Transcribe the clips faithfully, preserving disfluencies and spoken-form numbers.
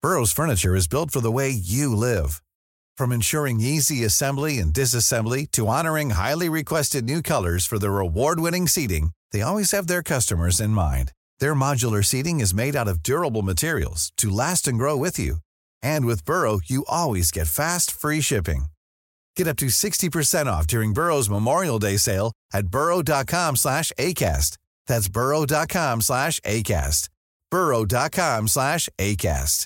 Burrow's furniture is built for the way you live. From ensuring easy assembly and disassembly to honoring highly requested new colors for their award-winning seating, they always have their customers in mind. Their modular seating is made out of durable materials to last and grow with you. And with Burrow, you always get fast, free shipping. Get up to sixty percent off during Burrow's Memorial Day sale at burrow.com slash ACAST. That's burrow.com slash ACAST. burrow.com slash ACAST.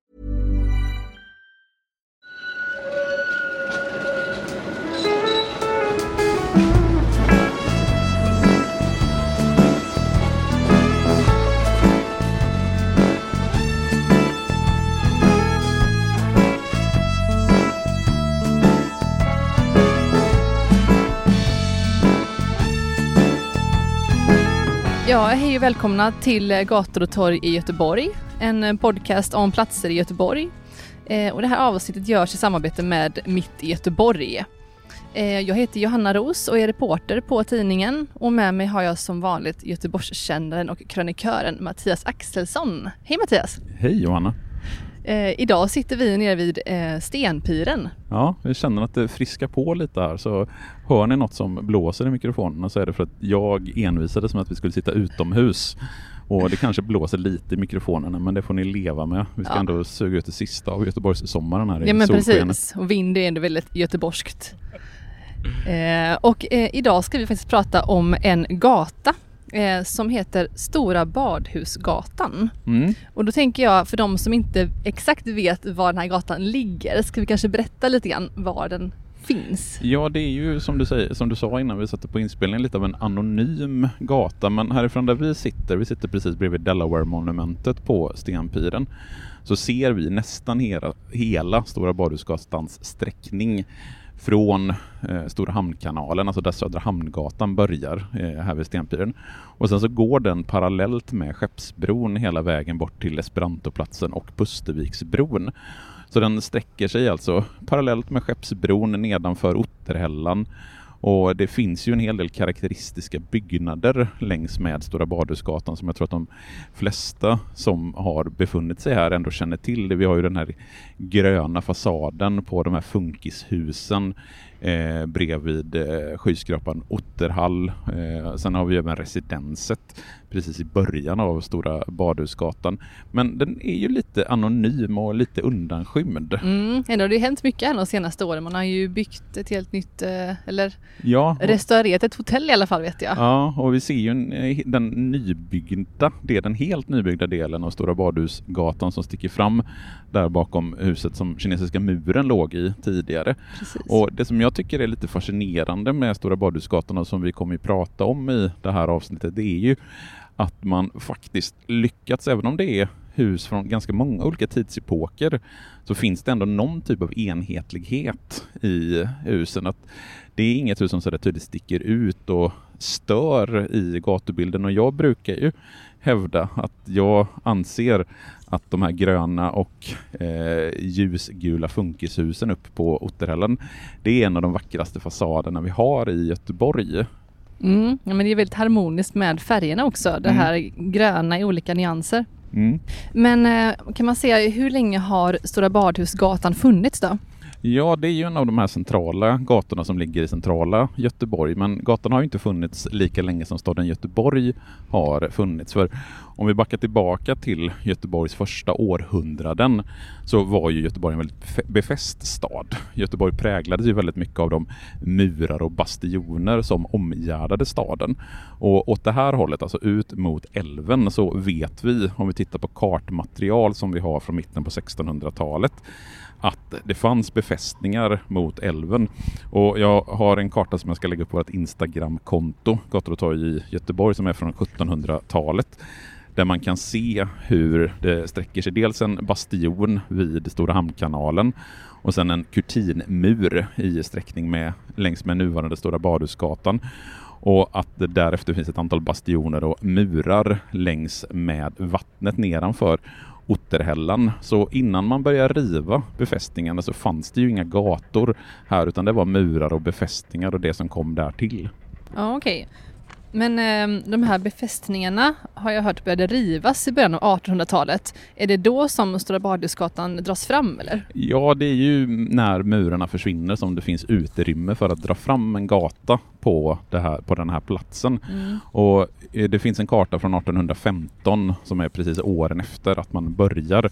Ja, hej och välkomna till Gator och torg i Göteborg, en podcast om platser i Göteborg. Eh, och det här avsnittet görs i samarbete med Mitt i Göteborg. Eh, jag heter Johanna Ros och är reporter på tidningen. Och med mig har jag som vanligt Göteborgskännaren och krönikören Mattias Axelsson. Hej Mattias! Hej Johanna! Eh, idag sitter vi nere vid eh, Stenpiren. Ja, vi känner att det friskar på lite här. Så hör ni något som blåser i mikrofonen så är det för att jag envisade som att vi skulle sitta utomhus. Och det kanske blåser lite i mikrofonerna, men det får ni leva med. Vi ska ja. ändå suga ut det sista av Göteborgs sommaren här i Ja men solskenet. Precis, och vind är ändå väldigt göteborgskt. Eh, och eh, idag ska vi faktiskt prata om en gata. Eh, som heter Stora Badhusgatan. Mm. Och då tänker jag, för de som inte exakt vet var den här gatan ligger, ska vi kanske berätta lite grann var den finns? Ja, det är ju som du, säger, som du sa innan vi satte på inspelningen lite av en anonym gata. Men härifrån där vi sitter, vi sitter precis bredvid Delaware-monumentet på Stenpiren, så ser vi nästan hela, hela Stora Badhusgatans sträckning från eh, Stora Hamnkanalen, alltså där Södra Hamngatan börjar eh, här vid Stenpiren. Och sen så går den parallellt med Skeppsbron hela vägen bort till Esperantoplatsen och Pusterviksbron. Så den sträcker sig alltså parallellt med Skeppsbron nedanför Otterhällan. Och det finns ju en hel del karaktäristiska byggnader längs med Stora Badhusgatan som jag tror att de flesta som har befunnit sig här ändå känner till. Vi har ju den här gröna fasaden på de här funkishusen eh, bredvid eh, skyskrapan Otterhall. Eh, sen har vi även residenset precis i början av Stora Badhusgatan. Men den är ju lite anonym och lite undanskymd. Mm, ändå, det har hänt mycket här de senaste åren. Man har ju byggt ett helt nytt, eh, eller ja, och, restaurerat ett hotell i alla fall, vet jag. Ja, och vi ser ju en, den nybyggda, det är den helt nybyggda delen av Stora Badhusgatan som sticker fram där bakom huset som kinesiska muren låg i tidigare. Precis. Och det som jag tycker är lite fascinerande med Stora Badhusgatan och som vi kommer att prata om i det här avsnittet, det är ju att man faktiskt lyckats, även om det är hus från ganska många olika tidsepoker, så finns det ändå någon typ av enhetlighet i husen. Att det är inget hus som så där tydligt sticker ut och stör i gatubilden. Och jag brukar ju hävda att jag anser att de här gröna och eh, ljusgula funkishusen upp på Otterhällan, det är en av de vackraste fasaderna vi har i Göteborg. Mm, ja, men det är väldigt harmoniskt med färgerna också. Det här mm. gröna i olika nyanser. Mm. Men eh, kan man säga, hur länge har Stora Badhusgatan funnits då? Ja, det är ju en av de här centrala gatorna som ligger i centrala Göteborg. Men gatan har ju inte funnits lika länge som staden Göteborg har funnits. För om vi backar tillbaka till Göteborgs första århundraden så var ju Göteborg en väldigt befäst stad. Göteborg präglades ju väldigt mycket av de murar och bastioner som omgärdade staden. Och åt det här hållet, alltså ut mot älven, så vet vi, om vi tittar på kartmaterial som vi har från mitten på sextonhundratalet, att det fanns befästningar mot älven. Och jag har en karta som jag ska lägga upp på vårt Instagram-konto, Gator och torg i Göteborg, som är från sjuttonhundratalet. Där man kan se hur det sträcker sig dels en bastion vid Stora Hamnkanalen och sen en kurtinmur i sträckning med, längs med nuvarande Stora Badhusgatan. Och att det därefter finns ett antal bastioner och murar längs med vattnet nedanför Otterhällan. Så innan man började riva befästningarna så fanns det ju inga gator här, utan det var murar och befästningar och det som kom där till. Ja, okej. Men eh, de här befästningarna har jag hört började rivas i början av artonhundratalet. Är det då som Stora Badhusgatan dras fram, eller? Ja, det är ju när murarna försvinner som det finns utrymme för att dra fram en gata på, det här, på den här platsen. Mm. Och det finns en karta från artonhundrafemton som är precis åren efter att man börjar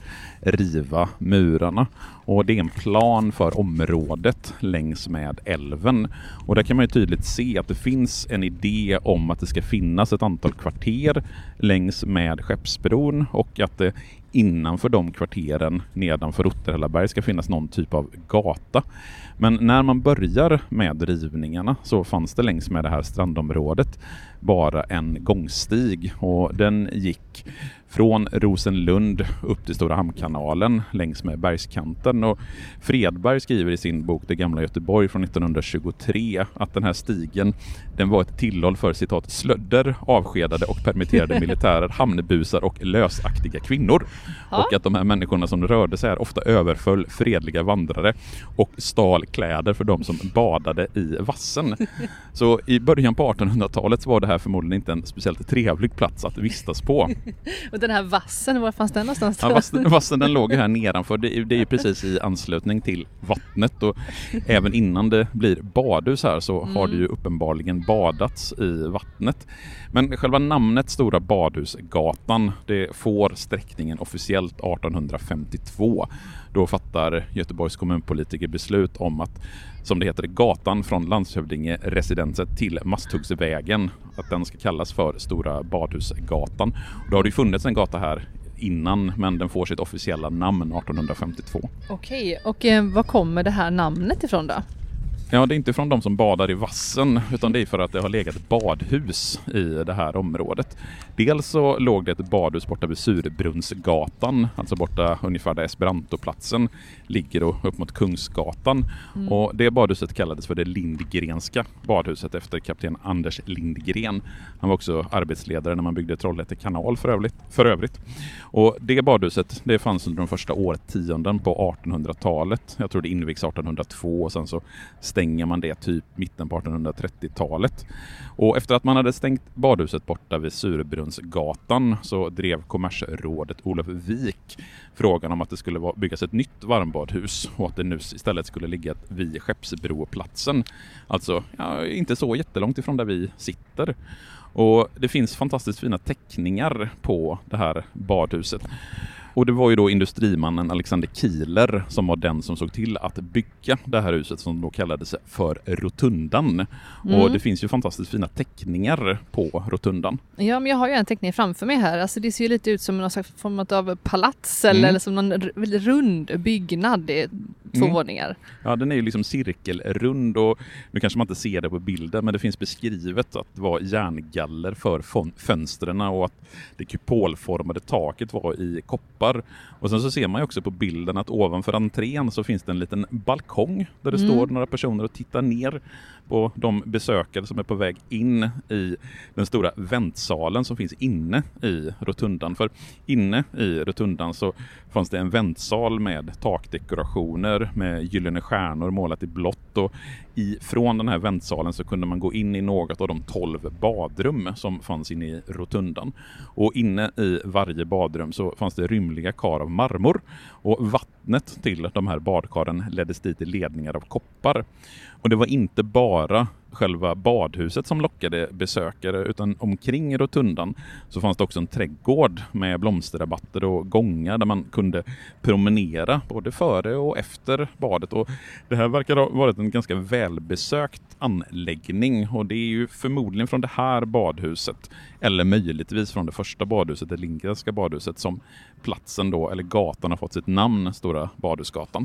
riva murarna. Och det är en plan för området längs med älven. Och där kan man ju tydligt se att det finns en idé om att det ska finnas ett antal kvarter längs med Skeppsbron och att det innanför de kvarteren nedanför Otterhällaberg ska finnas någon typ av gata. Men när man börjar med rivningarna så fanns det längs med det här strandområdet bara en gångstig och den gick från Rosenlund upp till Stora Hamnkanalen längs med bergskanten. Och Fredberg skriver i sin bok Det gamla Göteborg från nittonhundratjugotre att den här stigen den var ett tillhåll för citat slödder, avskedade och permitterade militärer, hamnbusar och lösaktiga kvinnor. Ja. Och att de här människorna som rörde sig här ofta överföll fredliga vandrare och stal kläder för de som badade i vassen. Så i början på artonhundratalet var det här förmodligen inte en speciellt trevlig plats att vistas på. Och den här vassen, var fanns den någonstans? Ja, vassen, vassen den låg här nedanför. Det, det är precis i anslutning till vattnet och även innan det blir badhus här så mm. har det ju uppenbarligen badats i vattnet. Men själva namnet Stora Badhusgatan det får sträckningen officiellt artonhundrafemtiotvå. Då fattar Göteborgs kommunpolitiker beslut om att, som det heter, gatan från landshövdingeresidenset till Masthuggsvägen, att den ska kallas för Stora Badhusgatan. Och då har det ju funnits en gata här innan, men den får sitt officiella namn artonhundrafemtiotvå. Okej, och eh, var kommer det här namnet ifrån då? Ja, det är inte från de som badar i vassen utan det är för att det har legat badhus i det här området. Dels så låg det ett badhus borta vid Surbrunnsgatan, alltså borta ungefär där Esperantoplatsen ligger och upp mot Kungsgatan. Mm. Och det badhuset kallades för det Lindgrenska badhuset efter kapten Anders Lindgren. Han var också arbetsledare när man byggde Trollhätte kanal för övrigt. För övrigt. Och det badhuset det fanns under de första årtionden på artonhundratalet. Jag tror det invigs artonhundratvå och sen så stänger man det typ mitten på artonhundratrettiotalet. Och efter att man hade stängt badhuset borta vid Surbrunnsgatan så drev kommersrådet Olof Wik frågan om att det skulle byggas ett nytt varmbadhus och att det nu istället skulle ligga vid Skeppsbroplatsen. Alltså ja, inte så jättelångt ifrån där vi sitter. Och det finns fantastiskt fina teckningar på det här badhuset. Och det var ju då industrimannen Alexander Kieler som var den som såg till att bygga det här huset som då kallades för Rotundan. Mm. Och det finns ju fantastiskt fina teckningar på Rotundan. Ja, men jag har ju en teckning framför mig här. Alltså det ser ju lite ut som någon slags form av palats eller, mm. eller som någon r- rund byggnad. Det är två mm. våningar. Ja, den är ju liksom cirkelrund och nu kanske man inte ser det på bilden men det finns beskrivet att det var järngaller för fön- fönstren och att det kupolformade taket var i koppar. Och sen så ser man ju också på bilden att ovanför entrén så finns det en liten balkong där det mm. står några personer och tittar ner på de besökare som är på väg in i den stora väntsalen som finns inne i Rotundan. För inne i Rotundan så fanns det en väntsal med takdekorationer med gyllene stjärnor målat i blått och ifrån den här väntsalen så kunde man gå in i något av de tolv badrum som fanns inne i Rotundan. Och inne i varje badrum så fanns det rymliga kar av marmor och vattnet till de här badkaren leddes dit i ledningar av koppar. Och det var inte bara själva badhuset som lockade besökare utan omkring Rotundan så fanns det också en trädgård med blomsterrabatter och gångar där man kunde promenera både före och efter badet. Och det här verkar ha varit en ganska välbesökt anläggning och det är ju förmodligen från det här badhuset eller möjligtvis från det första badhuset, det Lindgrenska badhuset, som platsen då, eller gatan har fått sitt namn, Stora Badhusgatan.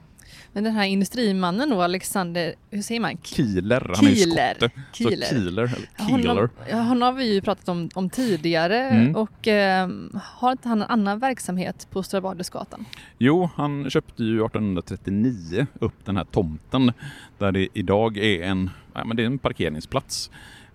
Men den här industrimannen då, Alexander, hur säger man? Kieler, han Kieler. är ju skotte. Kieler. Så Kieler, eller Kieler. Honom, honom har vi ju pratat om, om tidigare mm. och eh, har inte han en annan verksamhet på Stora Badhusgatan? Jo, han köpte ju artonhundratrettionio upp den här tomten där det idag är en, ja, men det är en parkeringsplats.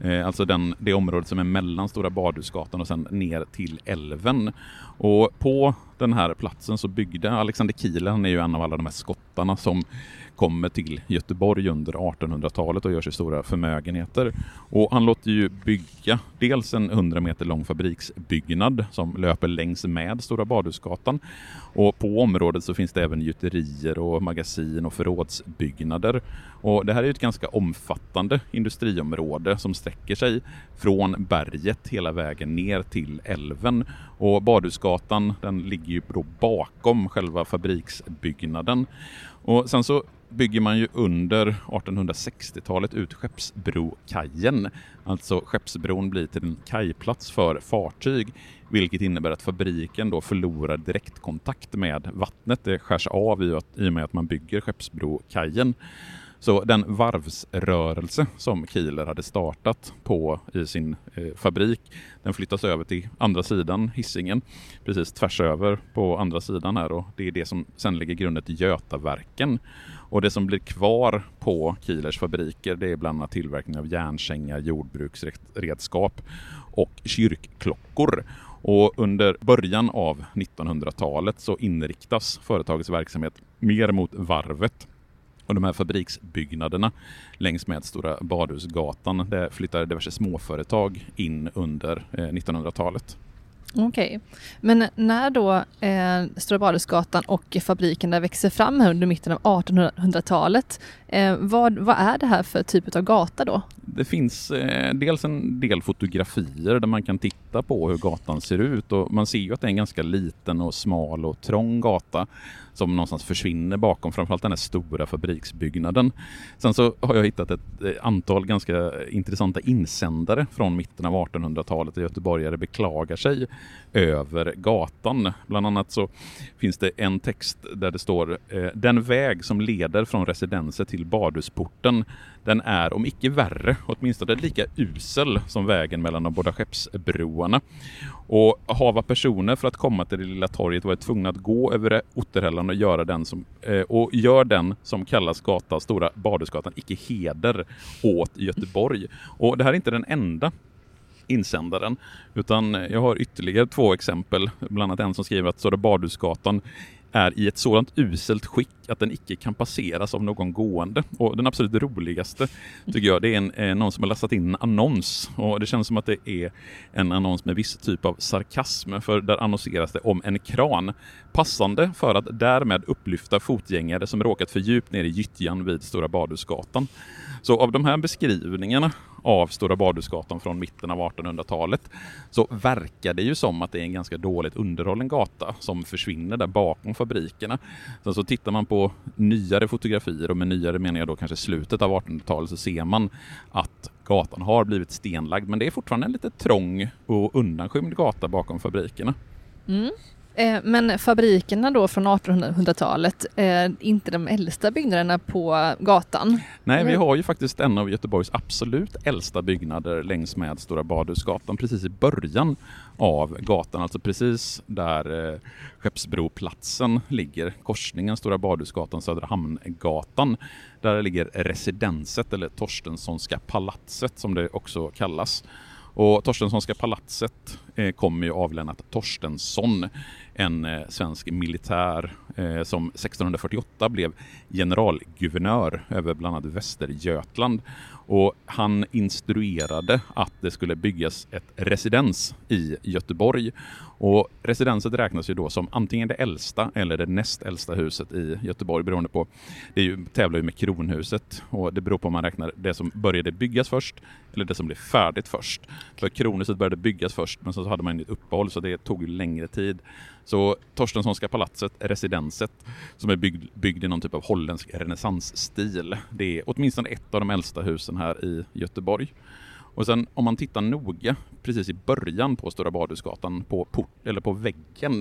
Eh, alltså den, det området som är mellan Stora Badhusgatan och sen ner till älven. Och på den här platsen så byggde Alexander Kiel, han är ju en av alla de här skottarna som kommer till Göteborg under artonhundratalet och gör sig stora förmögenheter. Och han låter ju bygga dels en hundra meter lång fabriksbyggnad som löper längs med Stora Badhusgatan. Och på området så finns det även gjuterier och magasin och förrådsbyggnader. Och det här är ett ganska omfattande industriområde som sträcker sig från berget hela vägen ner till älven. Och Badhusgatan, den ligger ju då bakom själva fabriksbyggnaden. Och sen så bygger man ju under artonhundrasextiotalet ut Skeppsbrokajen. Alltså Skeppsbron blir till en kajplats för fartyg, vilket innebär att fabriken då förlorar direktkontakt med vattnet. Det skärs av i, att, i och med att man bygger Skeppsbrokajen. Så den varvsrörelse som Kieler hade startat på i sin eh, fabrik, den flyttas över till andra sidan Hisingen, precis tvärs över på andra sidan här, och det är det som sen lägger grunden till Götaverken. Och det som blir kvar på Kielers fabriker, det är bland annat tillverkning av järnsängar, jordbruksredskap och kyrkklockor. Och under början av nittonhundratalet så inriktas företagets verksamhet mer mot varvet. Och de här fabriksbyggnaderna längs med Stora Badhusgatan, där flyttar diverse småföretag in under eh, nittonhundratalet. Okej, okay. Men när då eh, Stora Badhusgatan och fabriken där växer fram här under mitten av artonhundratalet, eh, vad, vad är det här för typ av gata då? Det finns eh, dels en del fotografier där man kan titta på hur gatan ser ut, och man ser ju att det är en ganska liten och smal och trång gata som någonstans försvinner bakom framförallt den här stora fabriksbyggnaden. Sen så har jag hittat ett antal ganska intressanta insändare från mitten av artonhundratalet där göteborgare beklagar sig över gatan. Bland annat så finns det en text där det står eh, den väg som leder från residenset till Badhusporten, den är om icke värre, åtminstone lika usel som vägen mellan de båda skeppsbroarna. Och hava personer för att komma till det lilla torget var tvungna att gå över Otterhällan och göra den som, eh, och gör den som kallas gata Stora Badhusgatan icke heder åt Göteborg. Och det här är inte den enda insändaren, utan jag har ytterligare två exempel, bland annat en som skriver att Stora Badhusgatan är i ett sådant uselt skick att den icke kan passeras av någon gående. Och den absolut roligaste tycker jag, det är en, eh, någon som har lastat in en annons. Och det känns som att det är en annons med viss typ av sarkasm, för där annonseras det om en kran. Passande för att därmed upplyfta fotgängare som råkat för djupt ner i gyttjan vid Stora Badhusgatan. Så av de här beskrivningarna av Stora Badhusgatan från mitten av artonhundratalet så verkar det ju som att det är en ganska dåligt underhållen gata som försvinner där bakom fabrikerna. Sen så tittar man på nyare fotografier, och med nyare menar jag då kanske slutet av artonhundratalet, så ser man att gatan har blivit stenlagd, men det är fortfarande en lite trång och undanskymd gata bakom fabrikerna. Mm. Eh, men fabrikerna då från artonhundratalet, eh, inte de äldsta byggnaderna på gatan? Nej, vi har ju faktiskt en av Göteborgs absolut äldsta byggnader längs med Stora Badhusgatan, precis i början av gatan, alltså precis där eh, Skeppsbroplatsen ligger, korsningen Stora Badhusgatan, Södra Hamngatan. Där ligger residenset, eller Torstenssonska palatset som det också kallas. Och Torstenssonska palatset eh, kommer ju av Lennart Torstensson, en eh, svensk militär eh, som sextonhundrafyrtioåtta blev generalguvernör över bland annat Västergötland. Och han instruerade att det skulle byggas ett residens i Göteborg. Och residenset räknas ju då som antingen det äldsta eller det näst äldsta huset i Göteborg, beroende på, det är ju, tävlar ju med kronhuset, och det beror på om man räknar det som började byggas först eller det som blev färdigt först. För kronhuset började byggas först, men så hade man ett uppehåll, så det tog ju längre tid. Så Torstenssonska palatset, residenset, som är byggd, byggd i någon typ av holländsk renässansstil, det är åtminstone ett av de äldsta husen här i Göteborg. Och sen om man tittar noga precis i början på Stora Badhusgatan, på port, eller på väggen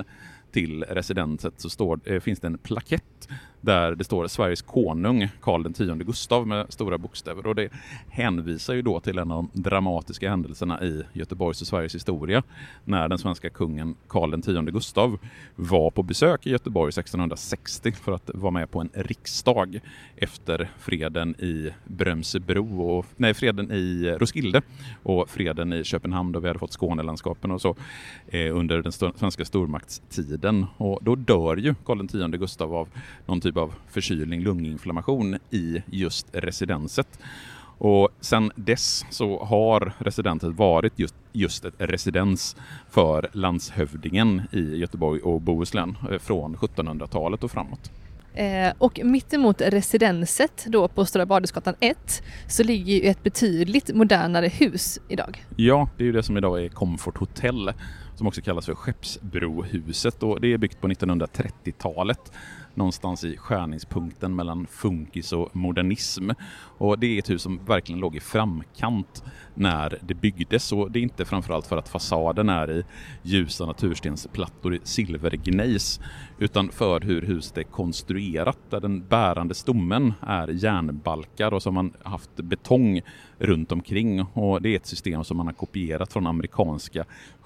till residenset så står, eh, finns det en plakett där det står Sveriges konung Karl den tionde Gustav med stora bokstäver, och det hänvisar ju då till en av de dramatiska händelserna i Göteborgs och Sveriges historia när den svenska kungen Karl den tionde Gustav var på besök i Göteborg sextonhundrasextio för att vara med på en riksdag efter freden i Brömsebro och nej, freden i Roskilde och freden i Köpenhamn, då vi hade fått Skånelandskapen och så eh, under den st- svenska stormaktstiden, och då dör ju Karl den tionde Gustav av någon typ av förkylning, lunginflammation i just residenset. Och sen dess så har residentet varit just, just ett residens för landshövdingen i Göteborg och Bohuslän från sjuttonhundratalet och framåt. Eh, och mitt emot residenset då på Stora Badhusgatan ett så ligger ju ett betydligt modernare hus idag. Ja, det är ju det som idag är Comfort Hotel, som också kallas för Skeppsbrohuset, och det är byggt på nittonhundratrettiotalet. Någonstans i skärningspunkten mellan funkis och modernism. Och det är ett hus som verkligen låg i framkant när det byggdes. Och det är inte framförallt för att fasaden är i ljusa naturstensplattor i silvergnejs, utan för hur huset är konstruerat, där den bärande stommen är järnbalkar och som man haft betong runt omkring. Och det är ett system som man har kopierat från amerikanska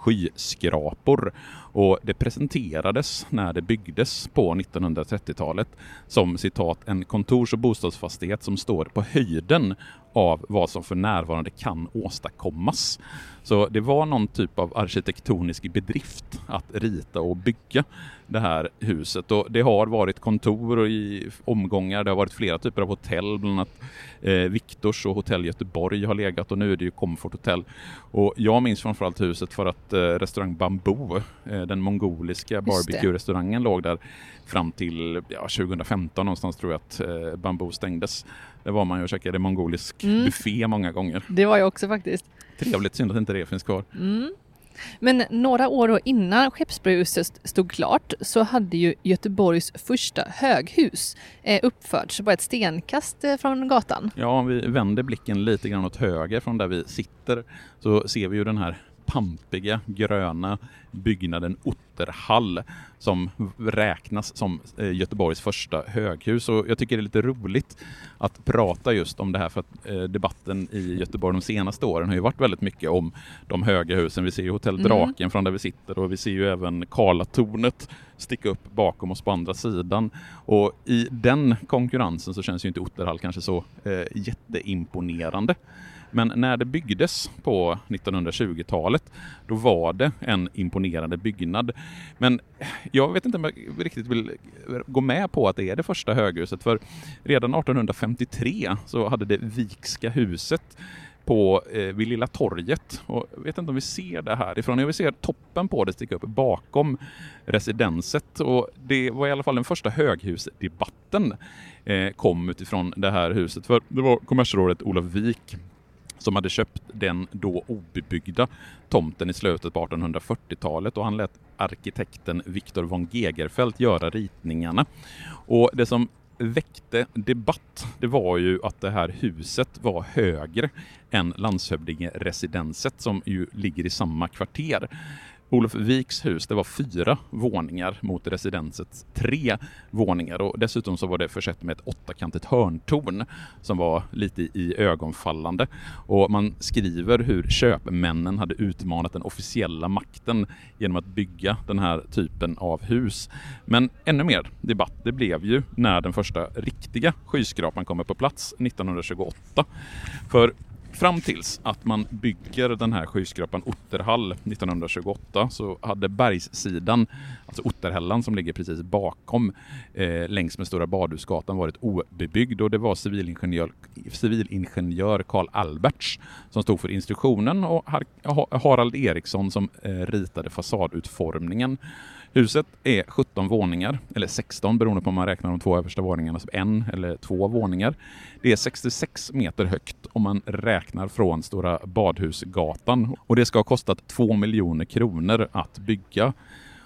skyskrapor. Och det presenterades när det byggdes på nittonhundratrettiotalet som citat en kontors- och bostadsfastighet som står på höjden av vad som för närvarande kan åstadkommas. Så det var någon typ av arkitektonisk bedrift att rita och bygga det här huset. Och det har varit kontor i omgångar, det har varit flera typer av hotell, bland annat eh, Victors och Hotell Göteborg har legat, och nu är det ju Comfort Hotel. Och jag minns framförallt huset för att eh, restaurang Bamboo, eh, den mongoliska barbecue-restaurangen, låg där fram till ja, tjugohundrafemton någonstans, tror jag att eh, Bamboo stängdes. Det var man ju och käkade mongolisk mm. buffé många gånger. Det var jag också faktiskt. Trevligt, synd att inte det finns kvar. Mm. Men några år då innan Skeppsbrohuset stod klart så hade ju Göteborgs första höghus eh, uppförts på ett stenkast eh, från gatan. Ja, om vi vänder blicken lite grann åt höger från där vi sitter så ser vi ju den här pampiga gröna byggnaden Otterhall som räknas som Göteborgs första höghus. Och jag tycker det är lite roligt att prata just om det här, för att eh, debatten i Göteborg de senaste åren har ju varit väldigt mycket om de höga husen. Vi ser ju Hotell Draken mm. från där vi sitter, och vi ser ju även Karlatornet sticka upp bakom oss på andra sidan. Och i den konkurrensen så känns ju inte Otterhall kanske så eh, jätteimponerande. Men när det byggdes på nittonhundratjugotalet, då var det en imponerande byggnad. Men jag vet inte om jag riktigt vill gå med på att det är det första höghuset. För redan artonhundrafemtiotre så hade det Vikska huset på eh, vid Lilla torget. Och jag vet inte om vi ser det härifrån. Jag vill se toppen på det sticka upp bakom residenset. Och det var i alla fall den första höghusdebatten eh, kom utifrån det här huset. För det var kommersrådet Olof Wik som hade köpt den då obebyggda tomten i slutet på artonhundrafyrtiotalet, och han lät arkitekten Victor von Gegerfeldt göra ritningarna. Och det som väckte debatt, det var ju att det här huset var högre än landshövdingeresidenset som ju ligger i samma kvarter. Olof Viks hus, det var fyra våningar mot residensets tre våningar, och dessutom så var det försett med ett åttakantigt hörntorn som var lite i ögonfallande. Och man skriver hur köpmännen hade utmanat den officiella makten genom att bygga den här typen av hus. Men ännu mer debatt det blev ju när den första riktiga skyskrapan kommer på plats nittonhundratjugoåtta. För fram tills att man bygger den här skyskrapan Otterhall nittonhundratjugoåtta så hade bergssidan, alltså Otterhällan som ligger precis bakom eh, längs med Stora Badhusgatan, varit obebyggd, och det var civilingenjör, civilingenjör Karl Alberts som stod för instruktionen och Har- Harald Eriksson som eh, ritade fasadutformningen. Huset är sjutton våningar, eller sexton beroende på om man räknar de två översta våningarna som en eller två våningar. Det är sextiosex meter högt om man räknar från Stora Badhusgatan, och det ska ha kostat två miljoner kronor att bygga.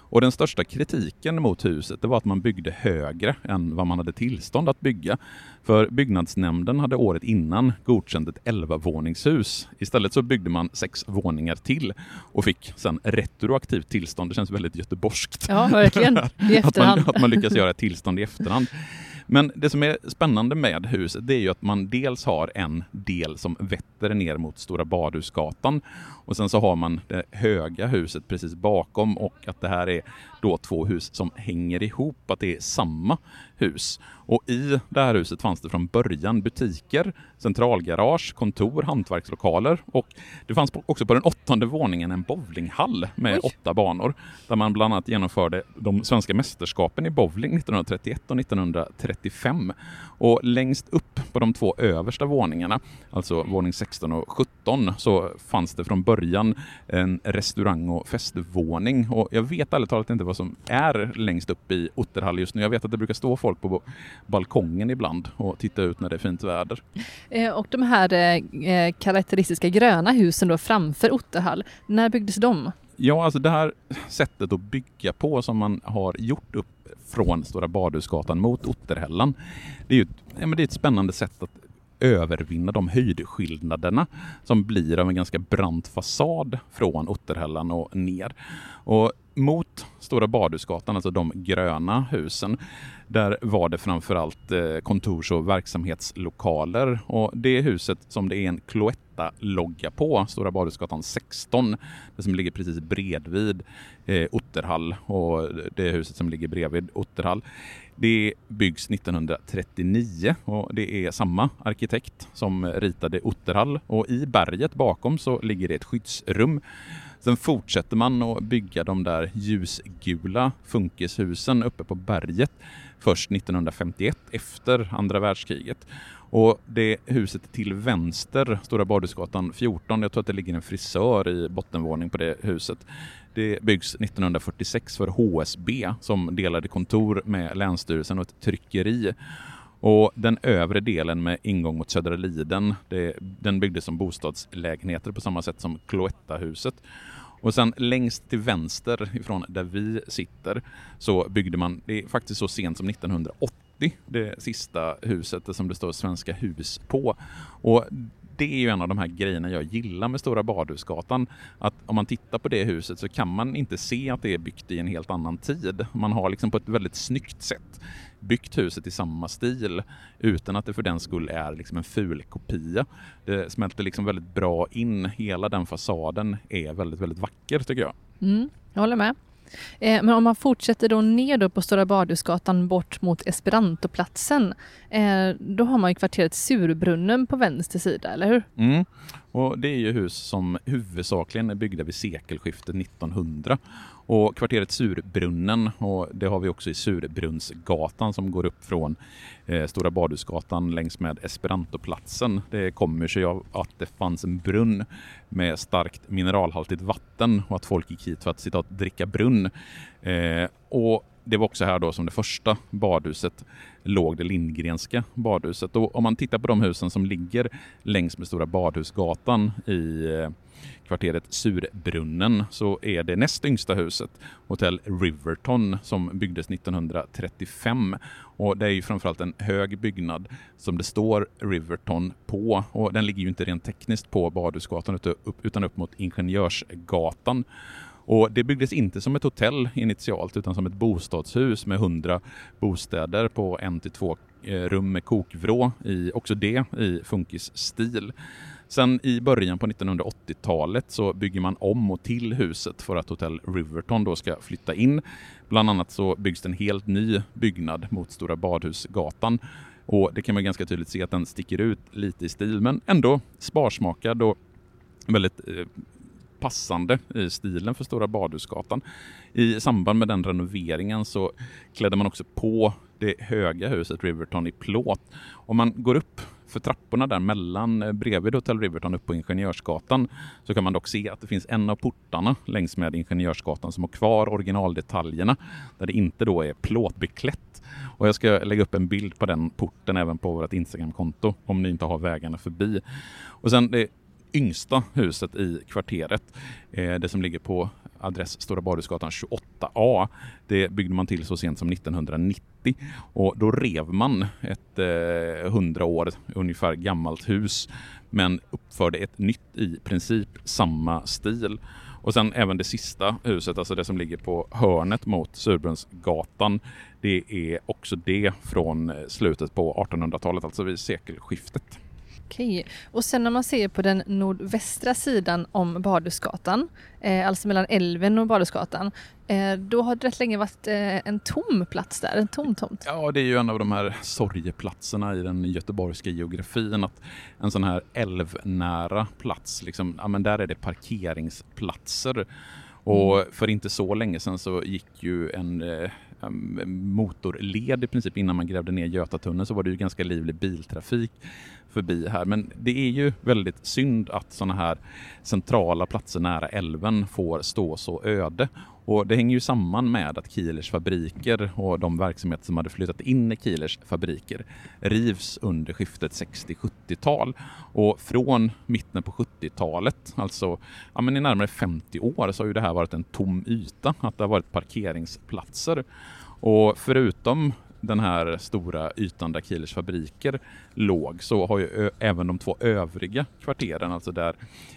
Och den största kritiken mot huset det var att man byggde högre än vad man hade tillstånd att bygga. För byggnadsnämnden hade året innan godkänt ett elva-våningshus. Istället så byggde man sex våningar till och fick sen retroaktivt tillstånd. Det känns väldigt göteborgskt. Ja, verkligen. I efterhand. att, man, att man lyckas göra ett tillstånd i efterhand. Men det som är spännande med huset det är ju att man dels har en del som vetter ner mot Stora Badhusgatan och sen så har man det höga huset precis bakom och att det här är då två hus som hänger ihop, att det är samma hus. Och i det här huset fanns det från början butiker, centralgarage, kontor, hantverkslokaler och det fanns också på den åttonde våningen en bowlinghall med Oj. åtta banor där man bland annat genomförde de svenska mästerskapen i bowling nittonhundratrettioett och nittonhundratrettiofem. Och längst upp på de två översta våningarna, alltså våning sexton och sjutton, så fanns det från början en restaurang och festvåning. Och jag vet ärligt talat inte vad som är längst upp i Otterhall just nu. Jag vet att det brukar stå folk på balkongen ibland och titta ut när det är fint väder. Eh, och de här eh, karaktäristiska gröna husen då framför Otterhall, när byggdes de? Ja, alltså det här sättet att bygga på som man har gjort upp från Stora Badhusgatan mot Otterhällan, det är ju ja, men det är ett spännande sätt att övervinna de höjdskillnaderna som blir av en ganska brant fasad från Otterhällan och ner. Och mot Stora Badhusgatan, alltså de gröna husen, där var det framförallt kontors- och verksamhetslokaler. Och det huset som det är en Cloetta-logga på, Stora Badhusgatan sexton, det som ligger precis bredvid eh, Otterhall och det huset som ligger bredvid Otterhall, det byggs nittonhundratrettionio och det är samma arkitekt som ritade Otterhall och i berget bakom så ligger det ett skyddsrum. Sen fortsätter man att bygga de där ljusgula funkishusen uppe på berget först nittonhundrafemtioett efter andra världskriget. Och det huset till vänster, Stora Badhusgatan fjorton, jag tror att det ligger en frisör i bottenvåning på det huset. Det byggs nittonhundrafyrtiosex för H S B som delade kontor med Länsstyrelsen och ett tryckeri. Och den övre delen med ingång mot Södra Liden, det, den byggdes som bostadslägenheter på samma sätt som Cloetta-huset. Och sen längst till vänster ifrån där vi sitter så byggde man, det är faktiskt så sent som nittonhundraåttio, det sista huset som det står Svenska hus på. Och det är ju en av de här grejerna jag gillar med Stora Badhusgatan, att om man tittar på det huset så kan man inte se att det är byggt i en helt annan tid. Man har liksom på ett väldigt snyggt sätt byggt huset i samma stil utan att det för den skull är liksom en ful kopia. Det smälter liksom väldigt bra in. Hela den fasaden är väldigt, väldigt vacker tycker jag. Mm, jag håller med. Eh, men om man fortsätter då ner då på Stora Badhusgatan bort mot Esperantoplatsen, eh, då har man ju kvarteret Surbrunnen på vänster sida, eller hur? Mm. Och det är ju hus som huvudsakligen är byggda vid sekelskiftet nittonhundra. Och kvarteret Surbrunnen, och det har vi också i Surbrunnsgatan som går upp från eh, Stora Badhusgatan längs med Esperantoplatsen. Det kommer sig av att det fanns en brunn med starkt mineralhaltigt vatten och att folk gick hit för att sitta och dricka brunn. Eh, och det var också här då som det första badhuset låg, det Lindgrenska badhuset. Och om man tittar på de husen som ligger längs med Stora Badhusgatan i eh, kvarteret Surbrunnen så är det näst yngsta huset Hotell Riverton som byggdes nittonhundratrettiofem. Och det är ju framförallt en hög byggnad som det står Riverton på. Och den ligger ju inte rent tekniskt på Badhusgatan utan upp mot Ingenjörsgatan. Och det byggdes inte som ett hotell initialt utan som ett bostadshus med hundra bostäder på en till två rum med kokvrå, i, också det i funkisstil. Sen i början på nittonhundraåttiotalet så bygger man om och till huset för att Hotell Riverton då ska flytta in. Bland annat så byggs en helt ny byggnad mot Stora Badhusgatan. Och det kan man ganska tydligt se att den sticker ut lite i stil men ändå sparsmakad och väldigt eh, passande i stilen för Stora Badhusgatan. I samband med den renoveringen så klädde man också på det höga huset Riverton i plåt. Om man går upp för trapporna där mellan bredvid Hotell Riverton upp på Ingenjörsgatan så kan man dock se att det finns en av portarna längs med Ingenjörsgatan som har kvar originaldetaljerna där det inte då är plåtbeklätt. Och jag ska lägga upp en bild på den porten även på vårt Instagramkonto om ni inte har vägarna förbi. Och sen det yngsta huset i kvarteret. Eh, det som ligger på adress Stora Badhusgatan tjugoåtta A. Det byggde man till så sent som nittonhundranittio och då rev man ett eh, hundra år ungefär gammalt hus men uppförde ett nytt i princip samma stil. Och sen även det sista huset, alltså det som ligger på hörnet mot Surbrunnsgatan, det är också det från slutet på artonhundratalet, alltså vid sekelskiftet. Okej, och sen när man ser på den nordvästra sidan om Badhusgatan, eh, alltså mellan älven och Badhusgatan, eh, då har det rätt länge varit eh, en tom plats där, en tom tomt. Ja, det är ju en av de här sorgeplatserna i den göteborgska geografin, att en sån här älvnära plats, liksom, ja, men där är det parkeringsplatser. Och mm. för inte så länge sedan så gick ju en eh, motorled i princip innan man grävde ner Götatunneln, så var det ju ganska livlig biltrafik förbi här. Men det är ju väldigt synd att såna här centrala platser nära älven får stå så öde. Och det hänger ju samman med att Kihlers fabriker och de verksamheter som hade flyttat in i Kihlers fabriker rivs under skiftet sextio-sjuttiotal. Och från mitten på sjuttiotalet, alltså ja, men i närmare femtio år, så har ju det här varit en tom yta. Att det har varit parkeringsplatser. Och förutom den här stora ytan där Kihlers fabriker låg, så har ju ö- även de två övriga kvarteren, alltså där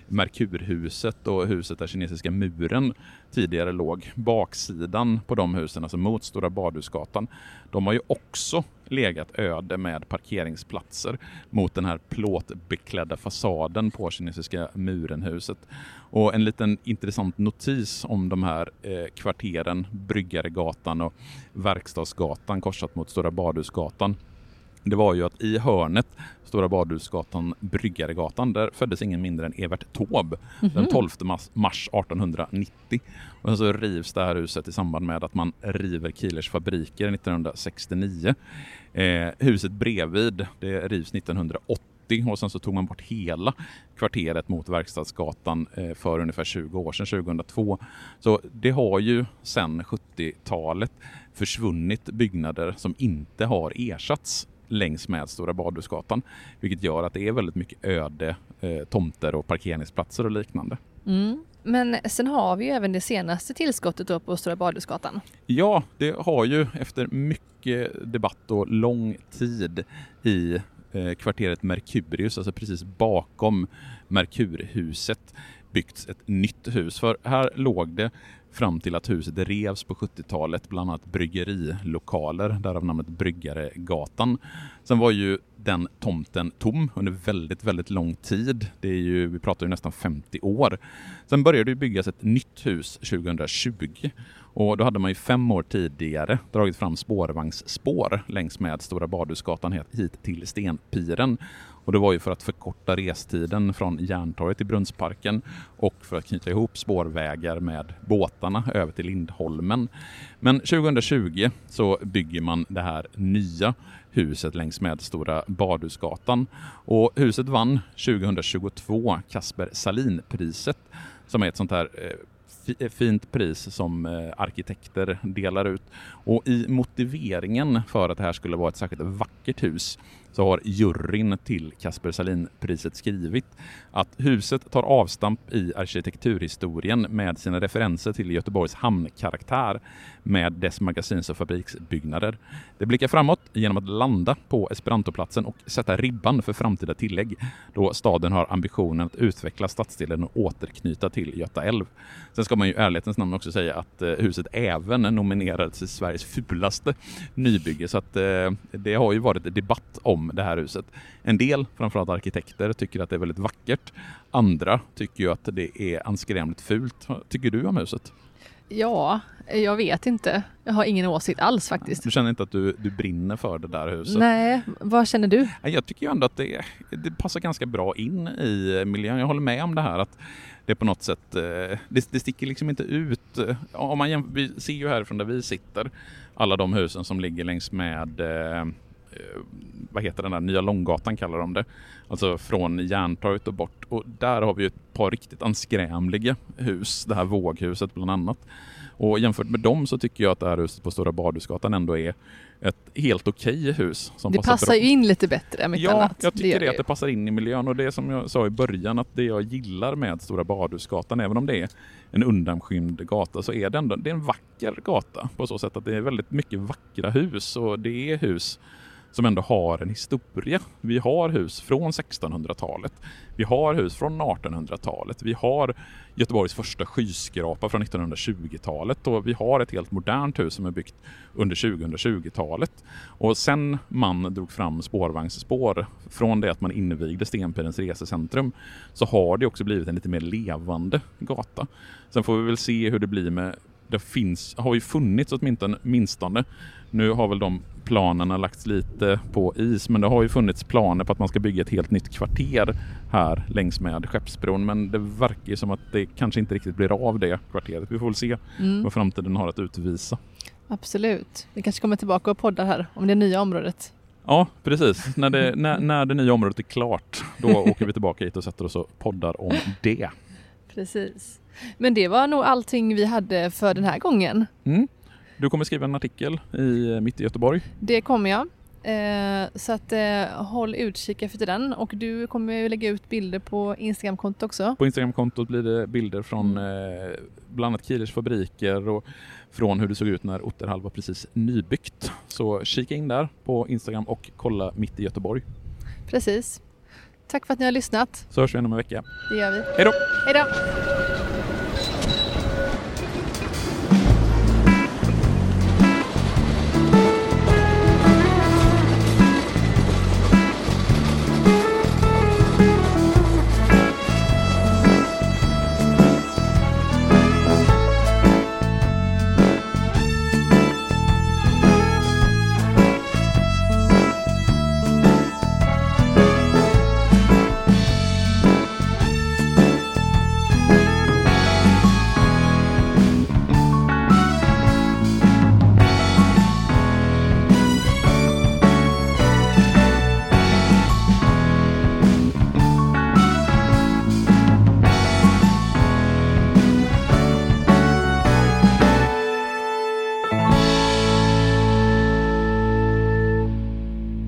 Merkurhuset och huset där Kinesiska muren tidigare låg, baksidan på de husen, alltså mot Stora Badhusgatan, de har ju också legat öde med parkeringsplatser mot den här plåtbeklädda fasaden på Kinesiska murenhuset. Och en liten intressant notis om de här eh, kvarteren, Bryggaregatan och Verkstadsgatan korsat mot Stora Badhusgatan, det var ju att i hörnet Stora Badhusgatan, Bryggaregatan, där föddes ingen mindre än Evert Taube mm-hmm. den tolfte mars artonhundranittio. Och sen så rivs det här huset i samband med att man river Kihlers fabriker nittonhundrasextionio. Eh, huset bredvid, det rivs nittonhundraåttio och sen så tog man bort hela kvarteret mot Verkstadsgatan eh, för ungefär tjugo år sedan, tjugohundratvå. Så det har ju sedan sjuttiotalet försvunnit byggnader som inte har ersatts längs med Stora Badhusgatan, vilket gör att det är väldigt mycket öde eh, tomter och parkeringsplatser och liknande. Mm. Men sen har vi ju även det senaste tillskottet då på Stora Badhusgatan. Ja, det har ju efter mycket debatt och lång tid i eh, kvarteret Merkurius, alltså precis bakom Merkurhuset, byggts ett nytt hus. För här låg det fram till att huset revs på sjuttiotalet bland annat bryggerilokaler, därav namnet Bryggaregatan. Sen var ju den tomten tom under väldigt, väldigt lång tid. Det är ju, vi pratar ju nästan femtio år. Sen började det byggas ett nytt hus tjugohundratjugo. Och då hade man ju fem år tidigare dragit fram spårvagnsspår längs med Stora Badhusgatan hit till Stenpiren. Och det var ju för att förkorta restiden från Järntorget till Brunnsparken och för att knyta ihop spårvägar med båtarna över till Lindholmen. Men tjugohundratjugo så bygger man det här nya huset längs med Stora Badhusgatan. Och huset vann tjugohundratjugotvå Kasper Salin-priset, som är ett sånt här eh, fint pris som eh, arkitekter delar ut. Och i motiveringen för att det här skulle vara ett särskilt vackert hus så har juryn till Kasper Salin-priset skrivit att huset tar avstamp i arkitekturhistorien med sina referenser till Göteborgs hamnkaraktär med dess magasins- och fabriksbyggnader. Det blickar framåt genom att landa på Esperantoplatsen och sätta ribban för framtida tillägg, då staden har ambitionen att utveckla stadsdelen och återknyta till Göta älv. Sen ska man ju i ärlighetens namn också säga att eh, huset även nominerades till Sveriges fulaste nybygge, så att eh, det har ju varit debatt om det här huset. En del, framförallt arkitekter, tycker att det är väldigt vackert. Andra tycker ju att det är anskrämligt fult. Tycker du om huset? Ja, jag vet inte. Jag har ingen åsikt alls faktiskt. Du känner inte att du, du brinner för det där huset? Nej, vad känner du? Jag tycker ju ändå att det, det passar ganska bra in i miljön. Jag håller med om det här att det på något sätt, det, det sticker liksom inte ut. Om man jämför, vi ser ju härifrån där vi sitter, alla de husen som ligger längs med, eh, vad heter den där, Nya Långgatan kallar de det. Alltså från Järntorget och bort. Och där har vi ju ett par riktigt anskrämliga hus, det här våghuset bland annat. Och jämfört med dem så tycker jag att det här huset på Stora Badhusgatan ändå är ett helt okej hus. Som det passar, passar ju in lite bättre än ja, annat. jag tycker det, det att det passar in i miljön. Och det är som jag sa i början, att det jag gillar med Stora Badhusgatan, även om det är en undanskymd gata, så är det ändå det är en vacker gata på så sätt att det är väldigt mycket vackra hus. Och det är hus som ändå har en historia. Vi har hus från sextonhundratalet. Vi har hus från artonhundratalet. Vi har Göteborgs första skyskrapa från nittonhundratjugotalet. Och vi har ett helt modernt hus som är byggt under tjugohundratjugotalet. Och sen man drog fram spårvagnsspår från det att man invigde Stenpirens resecentrum, så har det också blivit en lite mer levande gata. Sen får vi väl se hur det blir med... Det finns, har ju funnits åtminstone. Nu har väl de planerna lagts lite på is, men det har ju funnits planer på att man ska bygga ett helt nytt kvarter här längs med Skeppsbron, men det verkar ju som att det kanske inte riktigt blir av det kvarteret. Vi får väl se mm. vad framtiden har att utvisa. Absolut. Vi kanske kommer tillbaka och poddar här om det nya området. Ja, precis. När det, när, när det nya området är klart, då åker vi tillbaka hit och sätter oss och poddar om det. Precis. Men det var nog allting vi hade för den här gången. Mm. Du kommer skriva en artikel i Mitt i Göteborg. Det kommer jag. Eh, så att eh, håll utkik efter den. Och du kommer ju lägga ut bilder på Instagramkontot också. På Instagramkontot blir det bilder från eh, bland annat Kielers fabriker och från hur det såg ut när Otterhall var precis nybyggt. Så kika in där på Instagram och kolla Mitt i Göteborg. Precis. Tack för att ni har lyssnat. Så hörs vi inom en vecka. Det gör vi. Hej då! Hej då!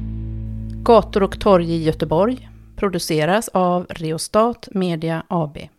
Gator och torg i Göteborg produceras av Reostat Media A B.